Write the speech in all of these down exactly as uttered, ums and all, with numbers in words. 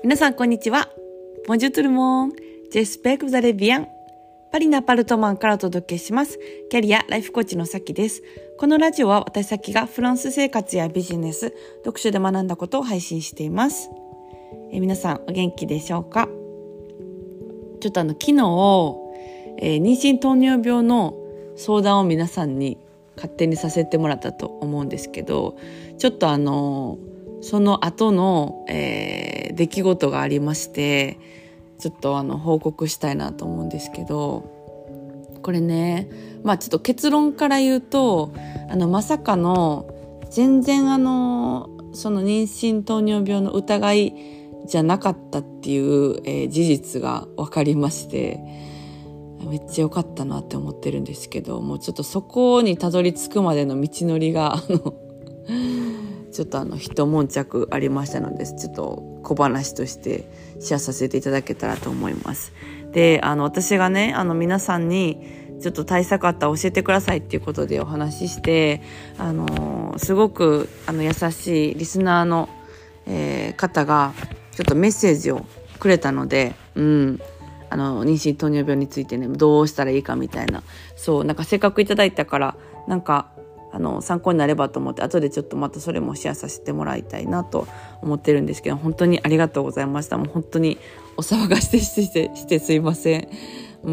皆さんこんにちは。Bonjour tout le monde. J'espère que vous allez bien. パリのアパルトマンからお届けします。キャリアライフコーチのさきです。このラジオは私さきがフランス生活やビジネス、読書で学んだことを配信しています。え皆さんお元気でしょうか？ちょっとあの昨日、えー、妊娠糖尿病の相談を皆さんに勝手にさせてもらったと思うんですけど、ちょっとあのその後の、えー、出来事がありまして、ちょっとあの報告したいなと思うんですけど、これね、まあちょっと結論から言うと、あのまさかの全然あのその妊娠糖尿病の疑いじゃなかったっていう、えー、事実が分かりまして、めっちゃ良かったなって思ってるんですけど、もうちょっとそこにたどり着くまでの道のりがあのちょっとあの一悶着ありましたので、ちょっと小話としてシェアさせていただけたらと思います。で、あの私がね、あの皆さんにちょっと対策あったら教えてくださいっていうことでお話しして、あのすごくあの優しいリスナーの、えー、方がちょっとメッセージをくれたので、うん。あの妊娠糖尿病についてね、どうしたらいいかみたいな、そうなんかせっかくいただいたからなんかあの参考になればと思って、後でちょっとまたそれもシェアさせてもらいたいなと思ってるんですけど、本当にありがとうございました。もう本当にお騒がしてしてしてすいません。うん、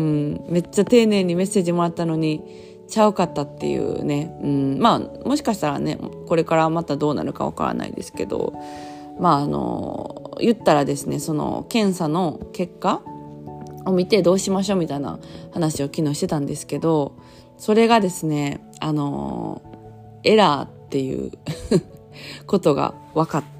めっちゃ丁寧にメッセージもらったのにちゃうかったっていうね、うん、まあもしかしたらね、これからまたどうなるかわからないですけど、まああの言ったらですね、その検査の結果を見てどうしましょうみたいな話を昨日してたんですけど、それがですね、あのエラーっていうことが分かって、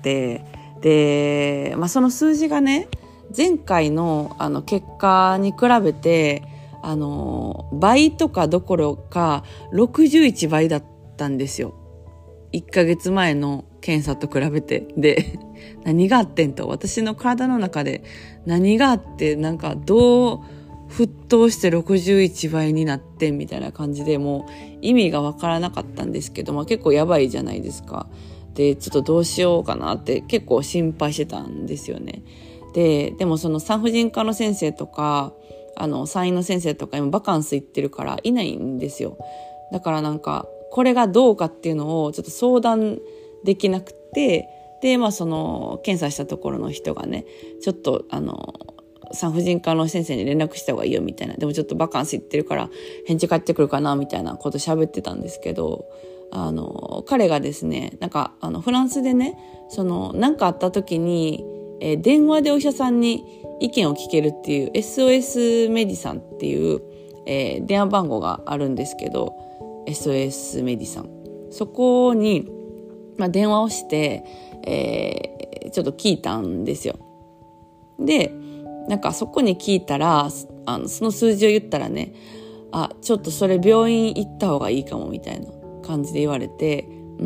で、まあ、その数字がね、前回のあの結果に比べてあの倍とかどころかろくじゅういちばいだったんですよ。いっかげつまえの検査と比べて。で、何があってんと、私の体の中で何があって、なんかどう沸騰してろくじゅういちばいになってんみたいな感じで、もう意味がわからなかったんですけど、まあ、結構やばいじゃないですか。で、ちょっとどうしようかなって結構心配してたんですよね。で、でもその産婦人科の先生とか、あの産院の先生とか今バカンス行ってるからいないんですよ。だからなんかこれがどうかっていうのをちょっと相談できなくて、で、まあその検査したところの人がね、ちょっとあの産婦人科の先生に連絡した方がいいよみたいな、でもちょっとバカンス行ってるから返事返ってくるかなみたいなこと喋ってたんですけど、あの彼がですね、なんかあのフランスでね、その何かあった時に、えー、電話でお医者さんに意見を聞けるっていう エスオーエス メディさんっていう、えー、電話番号があるんですけど、 エスオーエス メディさん、そこに、まあ、電話をして、えー、ちょっと聞いたんですよ。で、なんかそこに聞いたら、あのその数字を言ったらね、あ、ちょっとそれ病院行った方がいいかもみたいな感じで言われて、うん、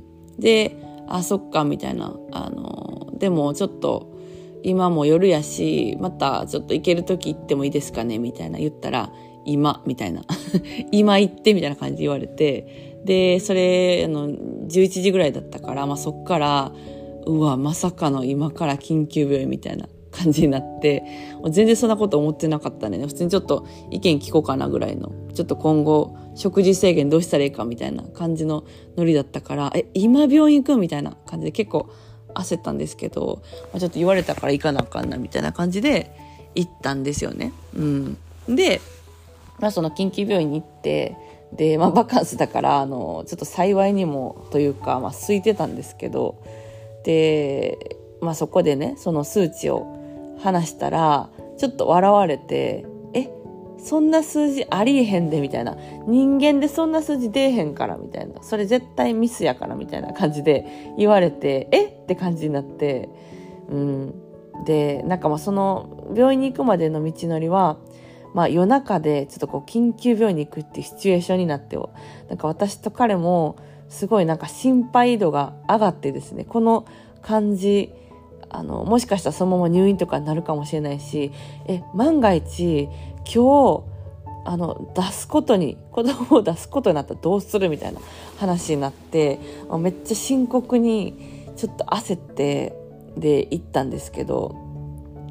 で、あ、そっかみたいな、あのでもちょっと今も夜やし、またちょっと行ける時行ってもいいですかねみたいな言ったら、今みたいな今行ってみたいな感じで言われて、でそれあのじゅういちじぐらいだったから、まあ、そっからうわまさかの今から緊急病院みたいな感じになって、全然そんなこと思ってなかったね。普通にちょっと意見聞こうかなぐらいの、ちょっと今後食事制限どうしたらいいかみたいな感じのノリだったから、え今病院行くみたいな感じで結構焦ったんですけど、まあ、ちょっと言われたから行かなあかんなみたいな感じで行ったんですよね。うん、で、まあ、その緊急病院に行って、で、まあ、バカンスだからあのちょっと幸いにもというか、まあ、空いてたんですけど、で、まあ、そこでねその数値を話したらちょっと笑われて、えそんな数字ありえへんでみたいな、人間でそんな数字出えへんからみたいな、それ絶対ミスやからみたいな感じで言われて、えって感じになって、うん、でなんかまあその病院に行くまでの道のりは、まあ、夜中でちょっとこう緊急病院に行くっていうシチュエーションになって、なんか私と彼もすごいなんか心配度が上がってですね、この感じ、あのもしかしたらそのまま入院とかになるかもしれないし、え万が一今日あの出すことに子供を出すことになったらどうするみたいな話になって、めっちゃ深刻にちょっと焦ってで行ったんですけど、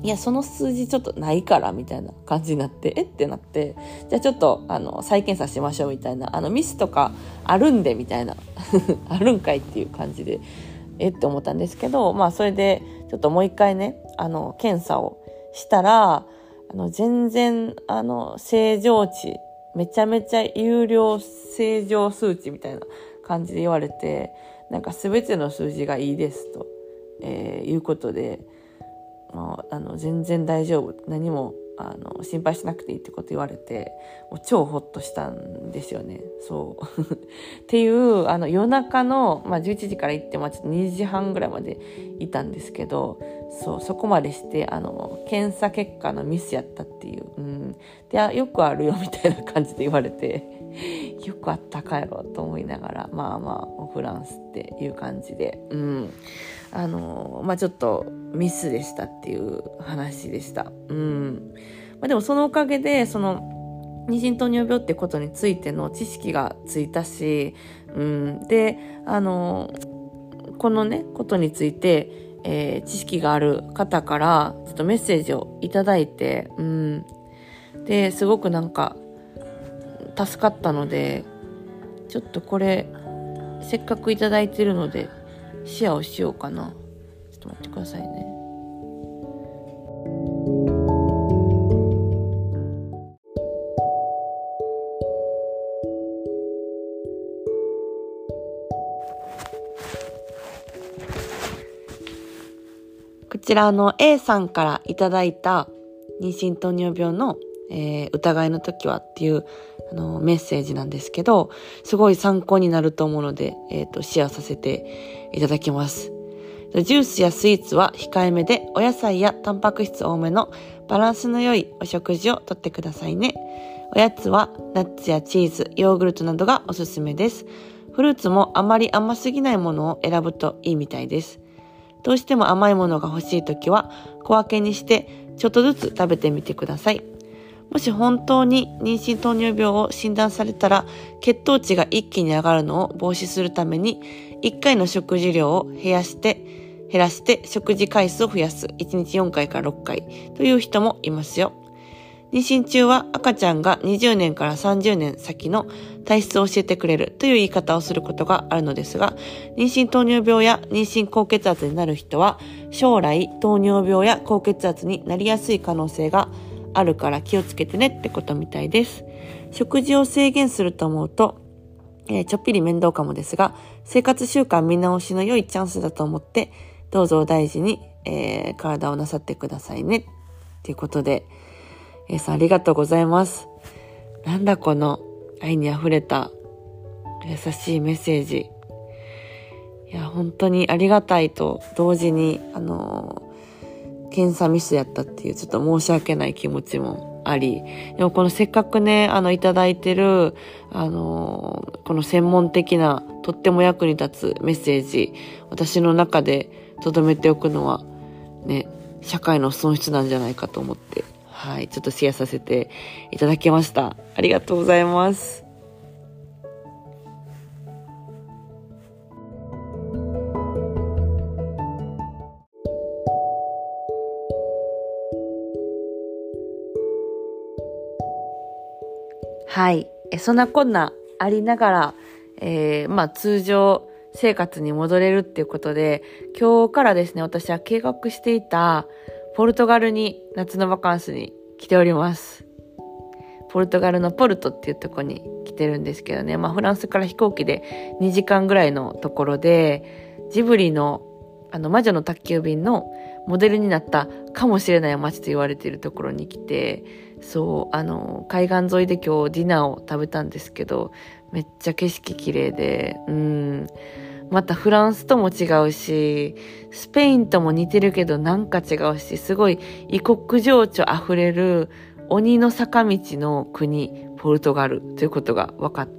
いや、その数字ちょっとないから、みたいな感じになって、えってなって、じゃあちょっと、あの、再検査しましょう、みたいな、あの、ミスとかあるんで、みたいな、あるんかいっていう感じで、えって思ったんですけど、まあ、それで、ちょっともう一回ね、あの、検査をしたら、あの、全然、あの、正常値、めちゃめちゃ有料正常数値みたいな感じで言われて、なんか全ての数字がいいですと、えー、いうことで、まあ、あの全然大丈夫、何もあの心配しなくていいってこと言われて、もう超ホッとしたんですよね。そうっていうあの夜中の、まあ、じゅういちじから行って、まあ、ちょっとにじはんぐらいまでいたんですけど、そうそこまでしてあの検査結果のミスやったっていう、うん、でよくあるよみたいな感じで言われてよくあったかやろと思いながら、まあまあフランスっていう感じで、うんあのまあちょっとミスでしたっていう話でした。うん。まあでもそのおかげでその妊娠糖尿病ってことについての知識がついたし、うん。で、あのこのねことについて、えー、知識がある方からちょっとメッセージをいただいて、うん。ですごくなんか助かったので、ちょっとこれせっかくいただいてるのでシェアをしようかな。ちょっと待ってくださいね。こちらの A さんからいただいた妊娠糖尿病の、えー、疑いの時はっていうあのメッセージなんですけど、すごい参考になると思うので、えーと、シェアさせていただきます。ジュースやスイーツは控えめで、お野菜やタンパク質多めのバランスの良いお食事をとってくださいね。おやつはナッツやチーズ、ヨーグルトなどがおすすめです。フルーツもあまり甘すぎないものを選ぶといいみたいです。どうしても甘いものが欲しいときは小分けにしてちょっとずつ食べてみてください。もし本当に妊娠糖尿病を診断されたら、血糖値が一気に上がるのを防止するためにいっかいの食事量を減らして減らして食事回数を増やすいちにちよんかいからろっかいという人もいますよ。妊娠中は赤ちゃんがにじゅうねんからさんじゅうねん先の体質を教えてくれるという言い方をすることがあるのですが、妊娠糖尿病や妊娠高血圧になる人は将来糖尿病や高血圧になりやすい可能性があるから気をつけてねってことみたいです。食事を制限すると思うと、えー、ちょっぴり面倒かもですが、生活習慣見直しの良いチャンスだと思ってどうぞお大事に、えー、体をなさってくださいねということで、A さんありがとうございます。なんだこの愛にあふれた優しいメッセージ。いや本当にありがたいと同時にあのー、検査ミスやったっていうちょっと申し訳ない気持ちもあり、でもこのせっかくねあのいただいてるあのー、この専門的なとっても役に立つメッセージ、私の中で留めておくのはね社会の損失なんじゃないかと思って、はい、ちょっとシェアさせていただきました。ありがとうございます。はい、えそんなこんなありながら、えー、まあ通常生活に戻れるっていうことで、今日からですね、私は計画していたポルトガルに夏のバカンスに来ております。ポルトガルのポルトっていうところに来てるんですけどね、まあフランスから飛行機でにじかんぐらいのところで、ジブリのあの魔女の宅急便のモデルになったかもしれない街と言われているところに来て、そうあの海岸沿いで今日ディナーを食べたんですけど、めっちゃ景色綺麗で、うんまたフランスとも違うし、スペインとも似てるけどなんか違うし、すごい異国情緒あふれる鬼の坂道の国ポルトガルということが分かって、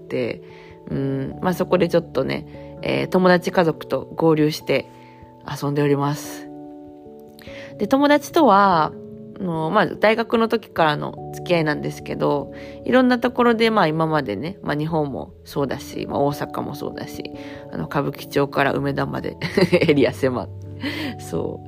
うんまあそこでちょっとね、えー、友達家族と合流して遊んでおります。で友達とはの、まあ、大学の時からの付き合いなんですけど、いろんなところで、まあ、今までね、まあ、日本もそうだし、まあ、大阪もそうだし、あの、歌舞伎町から梅田までエリア狭って、そう。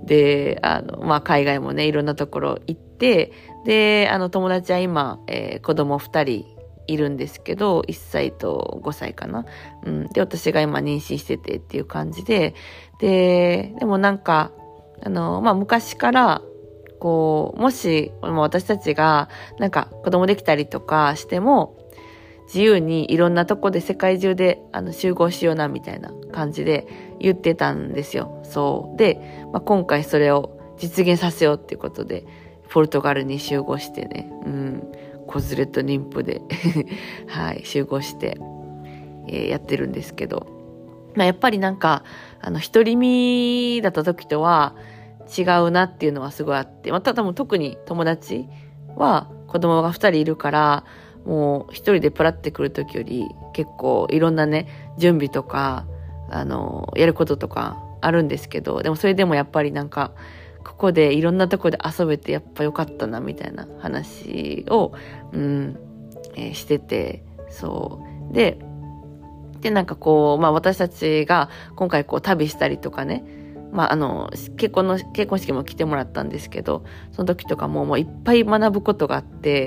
で、あの、まあ、海外もね、いろんなところ行って、で、あの、友達は今、えー、子供二人いるんですけど、いっさいとごさいかな。うん。で、私が今妊娠しててっていう感じで、で、でもなんか、あの、まあ、昔から、こう、もし、私たちが、なんか、子供できたりとかしても、自由にいろんなとこで世界中であの集合しようなみたいな感じで言ってたんですよ。そう。で、まあ、今回それを実現させようっていうことで、ポルトガルに集合してね、うん、子連れと妊婦で、はい、集合して、えー、やってるんですけど、まあ、やっぱりなんか、あの、独り身だった時とは違うなっていうのはすごいあって、また多分特に友達は子供が二人いるから、もう一人でプラってくるときより結構いろんなね、準備とか、あの、やることとかあるんですけど、でもそれでもやっぱりなんか、ここでいろんなとこで遊べてやっぱ良かったなみたいな話を、うん、えー、してて、そう。で、でなんかこう、まあ私たちが今回こう旅したりとかね、まああの、結婚の、結婚式も来てもらったんですけど、その時とかももういっぱい学ぶことがあって、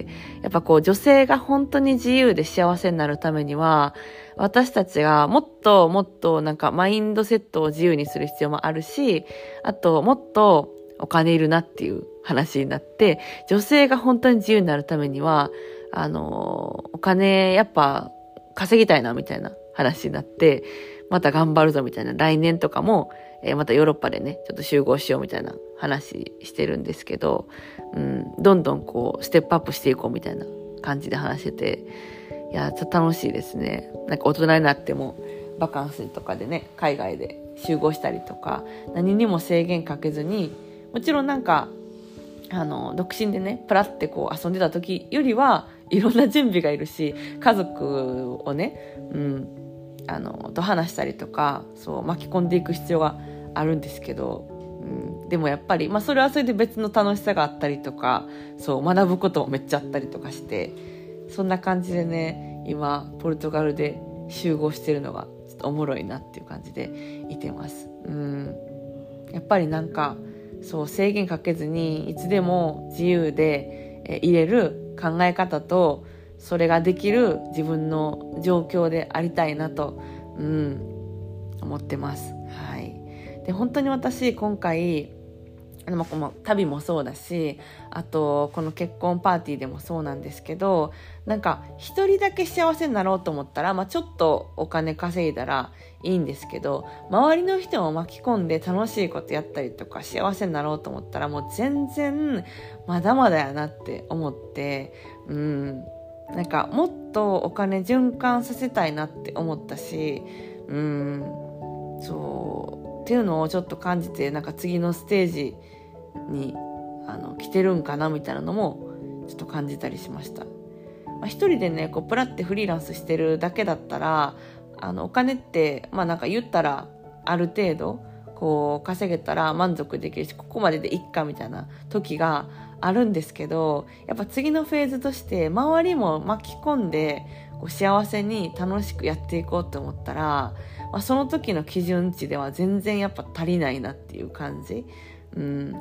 やっぱこう女性が本当に自由で幸せになるためには、私たちがもっともっとなんかマインドセットを自由にする必要もあるし、あともっとお金いるなっていう話になって、女性が本当に自由になるためには、あの、お金やっぱ稼ぎたいなみたいな話になって、また頑張るぞみたいな、来年とかも、えー、またヨーロッパでね、ちょっと集合しようみたいな話してるんですけど、うん、どんどんこう、ステップアップしていこうみたいな感じで話してて、いや、ちょっと楽しいですね。なんか大人になっても、バカンスとかでね、海外で集合したりとか、何にも制限かけずに、もちろんなんか、あの、独身でね、プラってこう遊んでた時よりは、いろんな準備がいるし、家族をね、うん、あの、と話したりとか、そう、巻き込んでいく必要があるんですけど、うん、でもやっぱり、まあそれはそれで別の楽しさがあったりとか、そう、学ぶこともめっちゃあったりとかして、そんな感じでね、今、ポルトガルで集合してるのが、ちょっとおもろいなっていう感じでいてます。うん。やっぱりなんか、そう、制限かけずに、いつでも自由で、え入れる考え方と、それができる自分の状況でありたいなと、うん、思ってます。はい。で、本当に私、今回、あの、この旅もそうだし、あと、この結婚パーティーでもそうなんですけど、なんか、一人だけ幸せになろうと思ったら、まあちょっとお金稼いだらいいんですけど、周りの人を巻き込んで楽しいことやったりとか、幸せになろうと思ったら、もう全然、まだまだやなって思って、うん、なんか、もっとお金循環させたいなって思ったし、うん、そう、っていうのをちょっと感じて、なんか次のステージにあの来てるんかなみたいなのもちょっと感じたりしました。まあ、一人でねこうプラってフリーランスしてるだけだったらあのお金ってまあなんか言ったらある程度こう稼げたら満足できるしここまででいっかみたいな時があるんですけど、やっぱ次のフェーズとして周りも巻き込んでこう幸せに楽しくやっていこうと思ったら、まあ、その時の基準値では全然やっぱ足りないなっていう感じ、うん、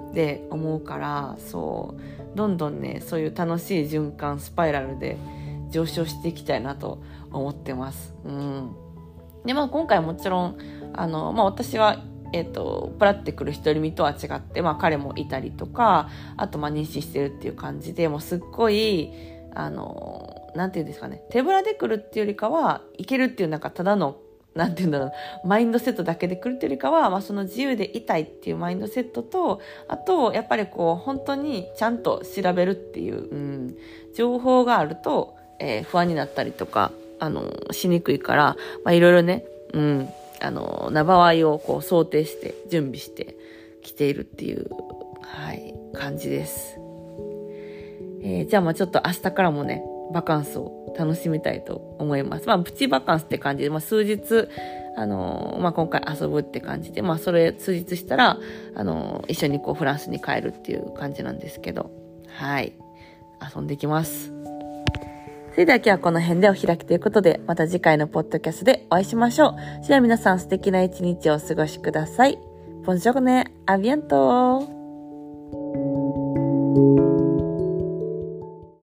で思うから、そうどんどんねそういう楽しい循環スパイラルで上昇していきたいなと思ってます。うん、でまあ今回もちろんあの、まあ、私はえっと、プラってくる独り身とは違って、まあ彼もいたりとか、あとまあ妊娠してるっていう感じで、もうすっごい、あの、なんていうんですかね、手ぶらで来るっていうよりかは、いけるっていうなんかただの、なんていうんだろう、マインドセットだけで来るっていうよりかは、まあその自由でいたいっていうマインドセットと、あと、やっぱりこう、本当にちゃんと調べるっていう、うん、情報があると、えー、不安になったりとか、あの、しにくいから、まあいろいろね、うん、あの、な場合をこう想定して準備してきているっていう、はい、感じです。えー、じゃあまあちょっと明日からもね、バカンスを楽しみたいと思います。まあプチバカンスって感じで、まあ数日、あの、まあ今回遊ぶって感じで、まあそれ数日したら、あの、一緒にこうフランスに帰るっていう感じなんですけど、はい、遊んできます。それでは今日はこの辺でお開きということで、また次回のポッドキャストでお会いしましょう。それでは皆さん素敵な一日をお過ごしください。 Bonne journée, à bientôt!